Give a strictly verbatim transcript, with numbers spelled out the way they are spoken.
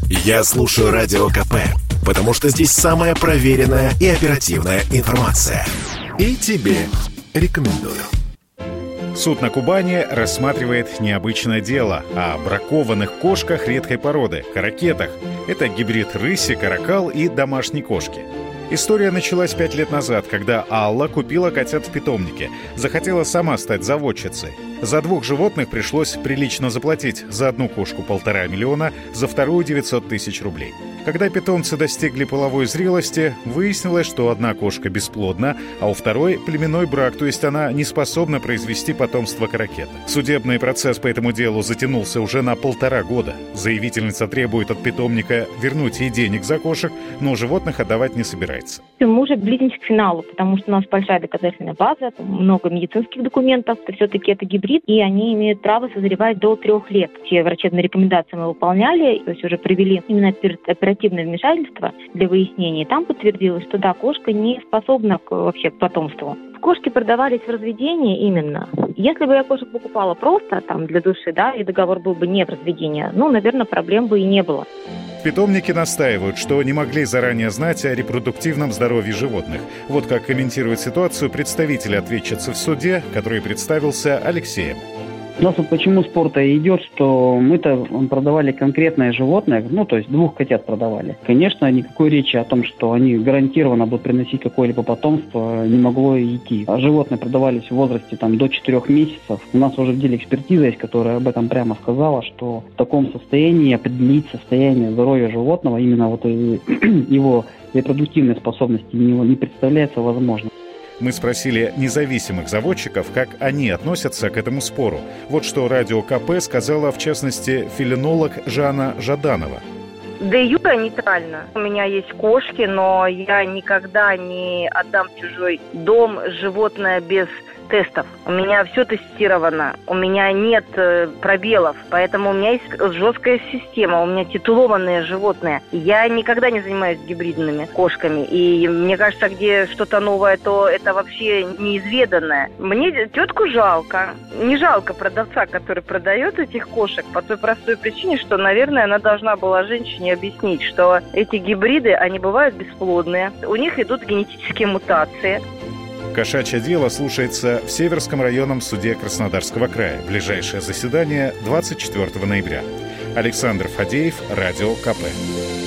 Я слушаю Радио КП, потому что здесь самая проверенная и оперативная информация. И тебе рекомендую. Суд на Кубани рассматривает необычное дело о бракованных кошках редкой породы – каракетах. Это гибрид рыси, каракал и домашней кошки. История началась пять лет назад, когда Алла купила котят в питомнике. Захотела сама стать заводчицей. За двух животных пришлось прилично заплатить. За одну кошку полтора миллиона, за вторую девятьсот тысяч рублей. Когда питомцы достигли половой зрелости, выяснилось, что одна кошка бесплодна, а у второй племенной брак, то есть она не способна произвести потомство каракета. Судебный процесс по этому делу затянулся уже на полтора года. Заявительница требует от питомника вернуть ей денег за кошек, но животных отдавать не собирается. Мы уже близимся к финалу, потому что у нас большая доказательная база, много медицинских документов, все-таки это гибрид, и они имеют право созревать до трех лет. Все врачебные рекомендации мы выполняли, то есть уже провели именно оперативное вмешательство для выяснения. Там подтвердилось, что да, кошка не способна к, вообще к потомству. Кошки продавались в разведении именно. Если бы я кошек покупала просто там для души, да, и договор был бы не в разведении, ну, наверное, проблем бы и не было. Питомники настаивают, что не могли заранее знать о репродуктивном здоровье животных. Вот как комментирует ситуацию представитель ответчицы в суде, который представился Алексеем. У нас вот почему спор-то идет, что мы-то продавали конкретное животное, ну, то есть двух котят продавали. Конечно, никакой речи о том, что они гарантированно будут приносить какое-либо потомство, не могло идти. А животные продавались в возрасте там до четырех месяцев. У нас уже в деле экспертиза есть, которая об этом прямо сказала, что в таком состоянии определить состояние здоровья животного, именно вот его репродуктивной способности не, не представляется возможным. Мы спросили независимых заводчиков, как они относятся к этому спору. Вот что Радио КП сказала, в частности, фелинолог Жанна Жаданова. Де юре нейтрально. У меня есть кошки, но я никогда не отдам в чужой дом животное без тестов. У меня все тестировано, у меня нет э, пробелов, поэтому у меня есть жесткая система, у меня титулованные животные. Я никогда не занимаюсь гибридными кошками, и мне кажется, где что-то новое, то это вообще неизведанное. Мне тетку жалко, не жалко продавца, который продает этих кошек, по той простой причине, что, наверное, она должна была женщине объяснить, что эти гибриды, они бывают бесплодные, у них идут генетические мутации. Кошачье дело слушается в Северском районном суде Краснодарского края. Ближайшее заседание двадцать четвёртого ноября. Александр Фадеев, Радио КП.